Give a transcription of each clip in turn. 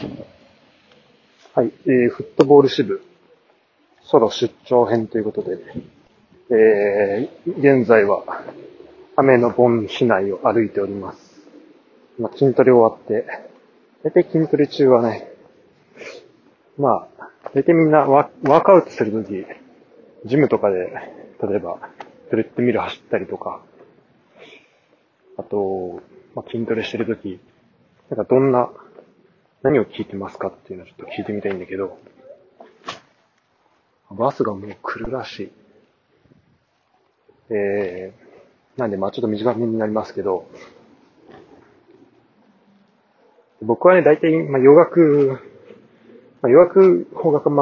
はい、フットボール支部、ソロ出張編ということで、現在は雨の盆市内を歩いております。筋トレ終わって、大体筋トレ中はね、大体みんなワークアウトするとき、ジムとかで、例えば、トレッドミル走ったりとか、あと、筋トレしてるとき、何を聞いてますかっていうのをちょっと聞いてみたいんだけど、バスがもう来るらしい。なんでちょっと短めになりますけど、僕はね、大体、洋楽、洋楽、邦楽、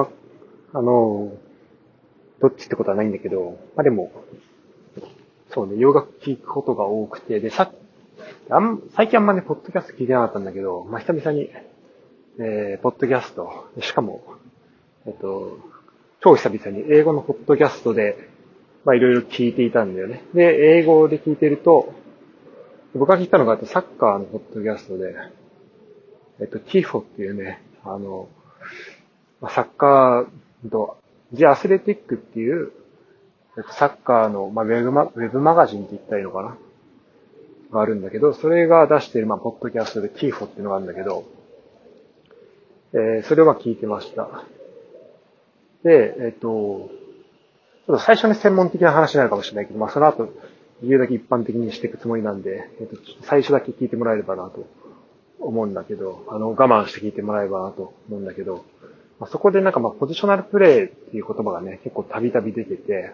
どっちってことはないんだけど、でも、そうね、洋楽聴くことが多くて、で、最近あんまね、ポッドキャスト聞いてなかったんだけど、久々に、ポッドキャスト、しかも、超久々に英語のポッドキャストで、いろいろ聞いていたんだよね。で、英語で聞いてると、僕が聞いたのが、サッカーのポッドキャストで、ティフォっていうね、サッカーと、ジアスレティックっていう、サッカーの、ウェブマガジンって言ったらいいのかながあるんだけど、それが出している、ポッドキャストでティフォっていうのがあるんだけど、それを聞いてました。で、ちょっと最初に専門的な話になるかもしれないけど、その後、理由だけ一般的にしていくつもりなんで、最初だけ聞いてもらえればなと思うんだけど、我慢して聞いてもらえればなと思うんだけど、そこでポジショナルプレイっていう言葉がね、結構たびたび出てて、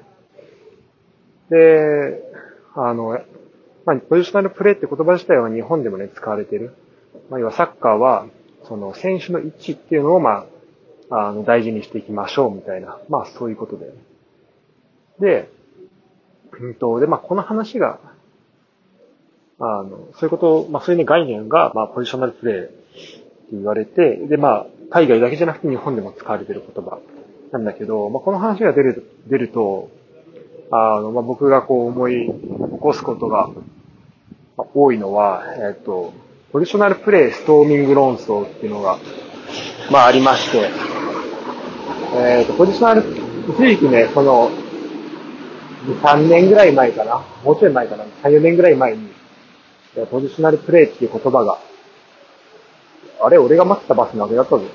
で、ポジショナルプレイって言葉自体は日本でもね、使われてる。要はサッカーは、その選手の位置っていうのを大事にしていきましょうみたいな、そういうことだよね。で、この話が、そういうこと、そういうね、概念が、ポジショナルプレイって言われて、で、海外だけじゃなくて日本でも使われてる言葉なんだけど、この話が出ると、僕が思い起こすことが多いのは、ポジショナルプレイストーミング論争っていうのが、ありまして、ポジショナル、一時期ね、この、2、3年ぐらい前かな、もうちょい前かな、3、4年ぐらい前に、ポジショナルプレイっていう言葉が、あれ、俺が待ってたバスなわけだったぞ。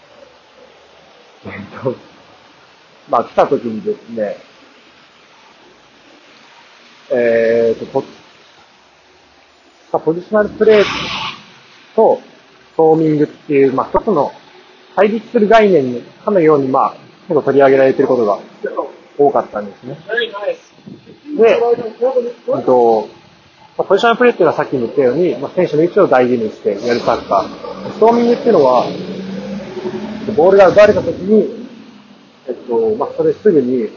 来た時にですね、ポジショナルプレイとストーミングっていう、一つの対立する概念かのように、結構取り上げられていることが多かったんですね。で、ポジショナルプレイっていうのはさっきも言ったように、選手の位置を大事にしてやるサッカー。ストーミングっていうのは、ボールが奪われた時に、それすぐに、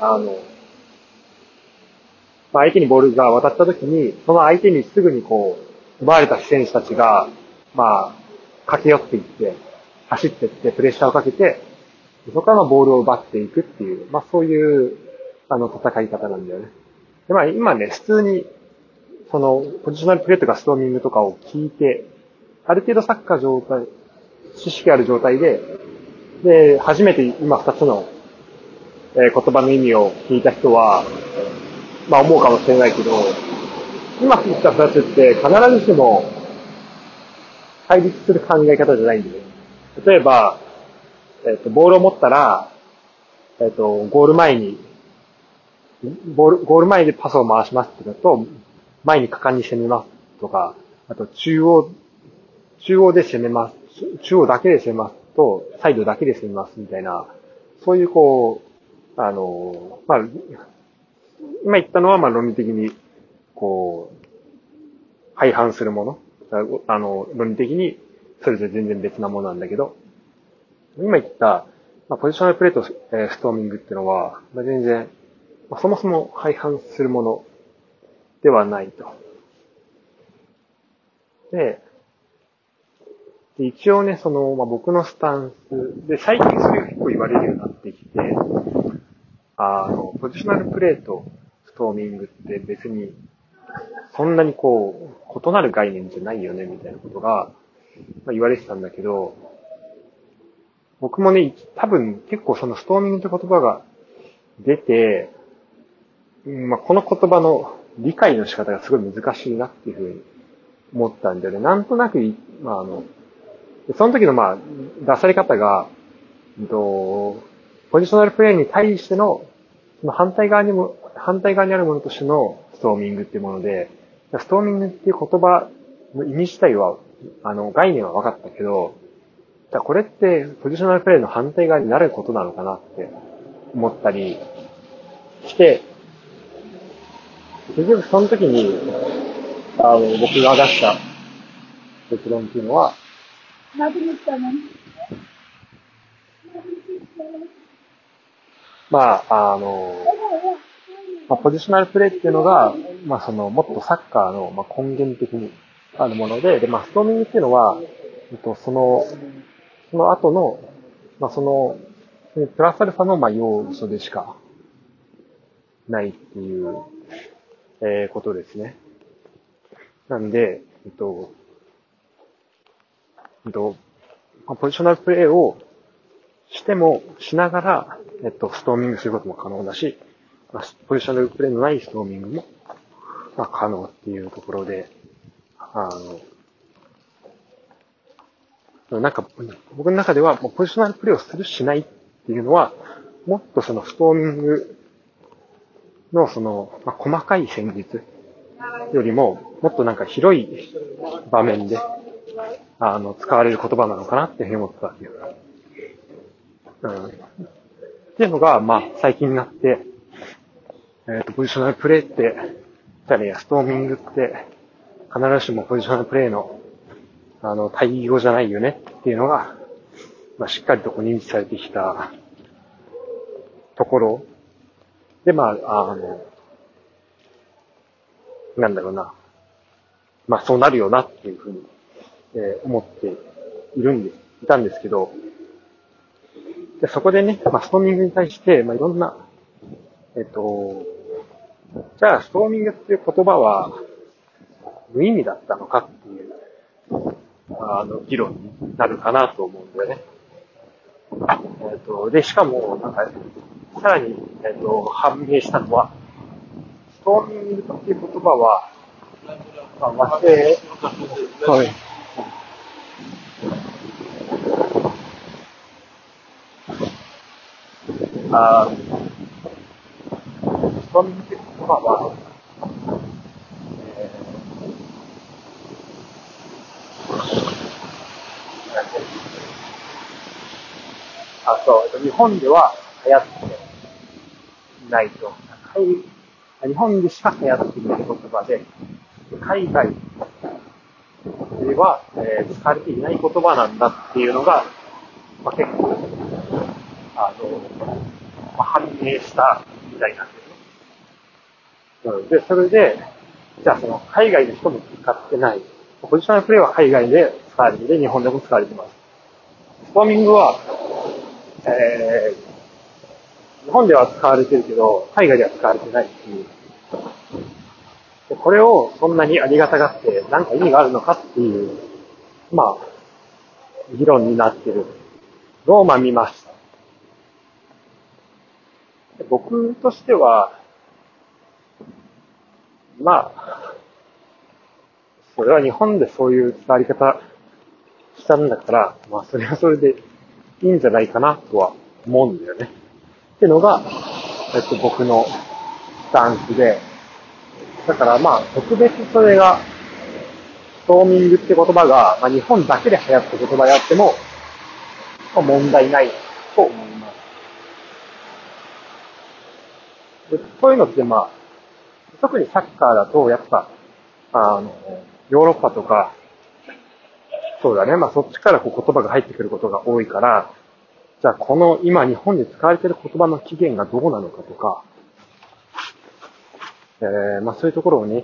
相手にボールが渡った時に、その相手にすぐに奪われた選手たちが、駆け寄っていって、走っていって、プレッシャーをかけて、そこからボールを奪っていくっていう、そういう、戦い方なんだよね。で、今ね、普通に、ポジショナルプレーとかストーミングとかを聞いて、ある程度サッカー状態、知識ある状態で、初めて今二つの、言葉の意味を聞いた人は、思うかもしれないけど、今聞いた二つって必ずしも対立する考え方じゃないんだよ。例えば、ボールを持ったら、ゴール前に、ゴール前でパスを回しますっていうのと、前に果敢に攻めますとか、あと中央で攻めます。中央だけで攻めますと、サイドだけで攻めますみたいな、そういう今言ったのは論理的に、相反するもの。論理的に、それぞれ全然別なものなんだけど、今言った、ポジショナルプレーと、ストーミングっていうのは、全然、そもそも相反するものではないと。で、一応ね、僕のスタンスで、最近それが結構言われるようになってきて、ポジショナルプレーとストーミングって別に、そんなに異なる概念じゃないよね、みたいなことが、言われてたんだけど、 僕もね、多分結構そのストーミングって言葉が出て、まあ、この言葉の理解の仕方がすごい難しいなっていうふうに思ったんだよね。なんとなく、まあその時のまあ、出され方が、ポジショナルプレイに対しての、その反対側にあるものとしてのストーミングっていうもので、ストーミングっていう言葉の意味自体は、概念は分かったけど、じゃあこれってポジショナルプレイの反対側になることなのかなって思ったりして、結局その時に、僕が出した結論っていうのは、まあ、ポジショナルプレイっていうのが、まあ、もっとサッカーの、根源的にあるもので、ストーミングっていうのは、その後の、プラスアルファの、要素でしかないっていう、ことですね。なんで、ポジショナルプレイをしながら、ストーミングすることも可能だし、ポジショナルプレイのないストーミングも、可能っていうところで、なんか、僕の中では、ポジショナルプレイをするしないっていうのは、もっとそのストーミングの細かい戦術よりも、もっとなんか広い場面で、使われる言葉なのかなっていうふうに思ったっていう。っていうのが、最近になって、ポジショナルプレイって、ストーミングって、必ずしもポジショナルプレイの、対義語じゃないよねっていうのが、しっかりと認知されてきたところで、なんだろうな。そうなるよなっていうふうに、思っていたんですけど、でそこでね、ストーミングに対して、いろんな、じゃあ、ストーミングっていう言葉は、無意味だったのかっていう、議論になるかなと思うんだよね。で、しかも、さらに、判明したのは、ストーミングっていう言葉は、和製、そうです。ストーミングっていう言葉は、日本では流行っていないと。日本でしか流行っていない言葉で、海外では、使われていない言葉なんだっていうのが、結構、判明したみたいなんですね。で、それで、じゃあ海外の人も使ってない。ポジショナルプレイは海外で使われていて、日本でも使われています。ストーミングは、日本では使われてるけど、海外では使われてないっていう。でこれをそんなにありがたがって、何か意味があるのかっていう、議論になってるのを見ました。で僕としては、それは日本でそういう伝わり方したんだから、それはそれでいいんじゃないかなとは思うんだよね。っていうのが、僕のスタンスで、だから特別それが、ストーミングって言葉が、日本だけで流行った言葉であっても、問題ないと思います。でそういうのって特にサッカーだと、やっぱ、ヨーロッパとか、そうだね、そっちから言葉が入ってくることが多いから、じゃあこの今日本で使われている言葉の起源がどうなのかとか、そういうところをね、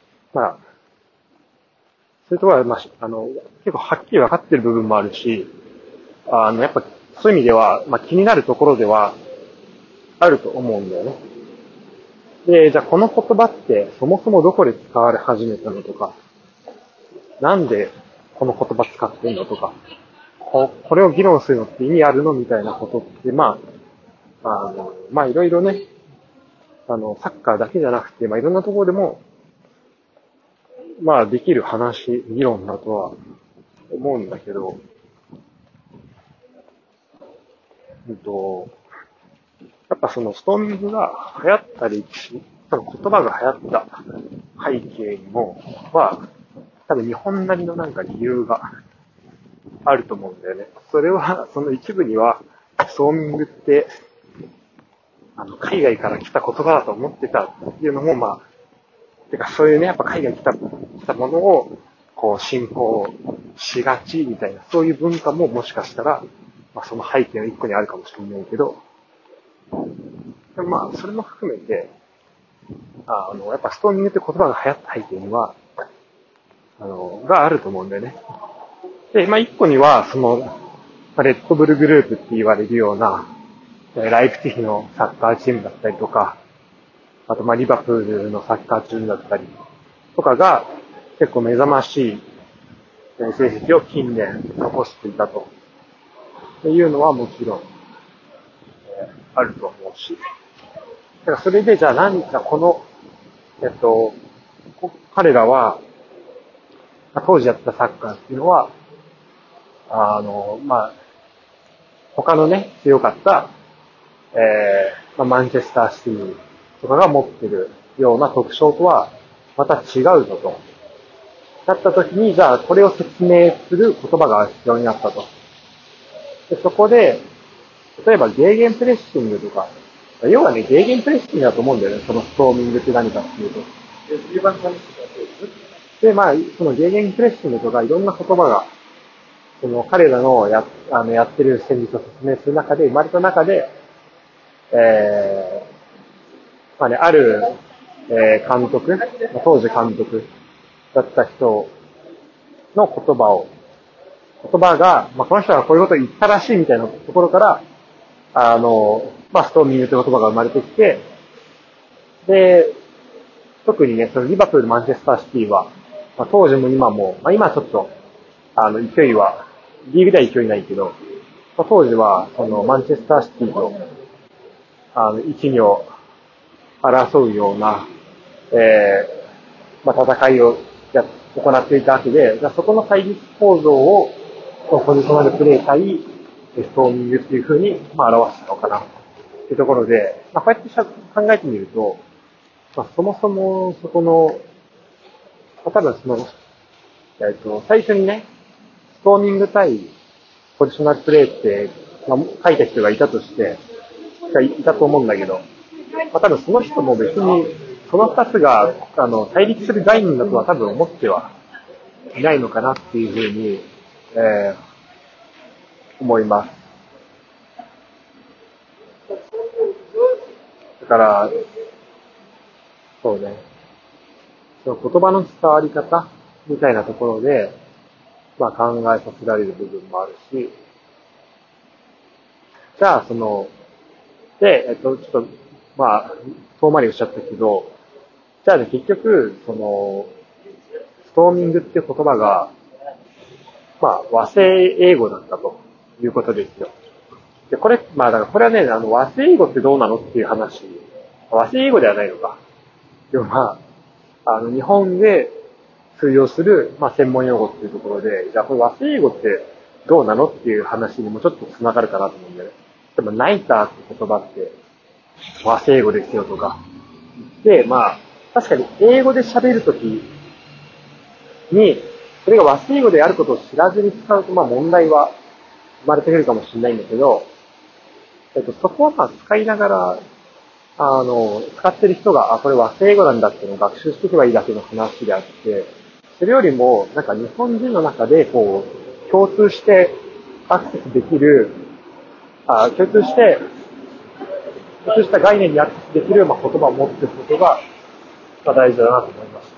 そういうところは、結構はっきり分かってる部分もあるし、やっぱそういう意味では、気になるところではあると思うんだよね。で、じゃあこの言葉ってそもそもどこで使われ始めたのとか、なんでこの言葉使ってんのとか、 これを議論するのって意味あるのみたいなことって、いろいろね、サッカーだけじゃなくて、いろんなところでも、できる話、議論だとは思うんだけど、やっぱそのストーミングが流行った歴史、その言葉が流行った背景にも、多分日本なりのなんか理由があると思うんだよね。それは、その一部には、ストーミングって、海外から来た言葉だと思ってたっていうのも、てかそういうね、やっぱ海外来たものを、信仰しがちみたいな、そういう文化ももしかしたら、その背景の一個にあるかもしれないけど、それも含めて、やっぱストーミングって言葉が流行った背景には、があると思うんだよね。で、一個には、レッドブルグループって言われるような、ライプツィヒのサッカーチームだったりとか、あとリバプールのサッカーチームだったりとかが、結構目覚ましい成績を近年残していたというのはもちろん、あると思うし。だからそれでじゃあ何かこの、彼らは、当時やってたサッカーっていうのは、他のね、強かった、マンチェスターシティとかが持ってるような特徴とは、また違うぞと。なった時に、じゃあこれを説明する言葉が必要になったと。でそこで、例えばゲーゲンプレッシングとか、要はね、ゲーゲンプレッシングだと思うんだよね、そのストーミングって何かっていうと。で、そのゲーゲンプレッシングとかいろんな言葉が、その彼らのやってる戦術を説明する中で、生まれた中で、ある、監督、当時監督だった人の言葉が、この人がこういうことを言ったらしいみたいなところから、ストーミングという言葉が生まれてきて、で、特にね、そのリバプール、マンチェスターシティは、当時も今も、今ちょっと、勢いは、リーグでは勢いないけど、当時は、その、マンチェスターシティと、一二を争うような、戦いを行っていたわけで、そこの対立構造を、ポジショナルプレイ対ストーミングっていう風に、表したのかな、っていうところで、こうやって考えてみると、そもそも、そこの、多分その、最初にね、ストーミング対ポジショナルプレイって、書いた人がいたとして、いたと思うんだけど、多分その人も別に、その二つが、対立する概念だとは多分思ってはいないのかなっていうふうに、思います。だから、そうね、その言葉の伝わり方みたいなところで、考えさせられる部分もあるし、じゃあ、ちょっと、遠回りおっしゃったけど、じゃあね、結局、ストーミングっていう言葉が、和製英語だったということですよ。で、これ、だからこれはね、和製英語ってどうなのっていう話。和製英語ではないのか。でも日本で通用する、専門用語っていうところで、じゃあこれ和製英語ってどうなのっていう話にもちょっと繋がるかなと思うんだよね。でも、ナイターって言葉って和製英語ですよとか。で、確かに英語で喋るときに、それが和製英語であることを知らずに使うと、問題は生まれてくるかもしれないんだけど、そこは使いながら、使ってる人が、これ和製英語なんだっていうのを学習していけばいいだけの話であって、それよりも、日本人の中で、共通してアクセスできる、共通した概念にアクセスできる、言葉を持っていることが、大事だなと思います。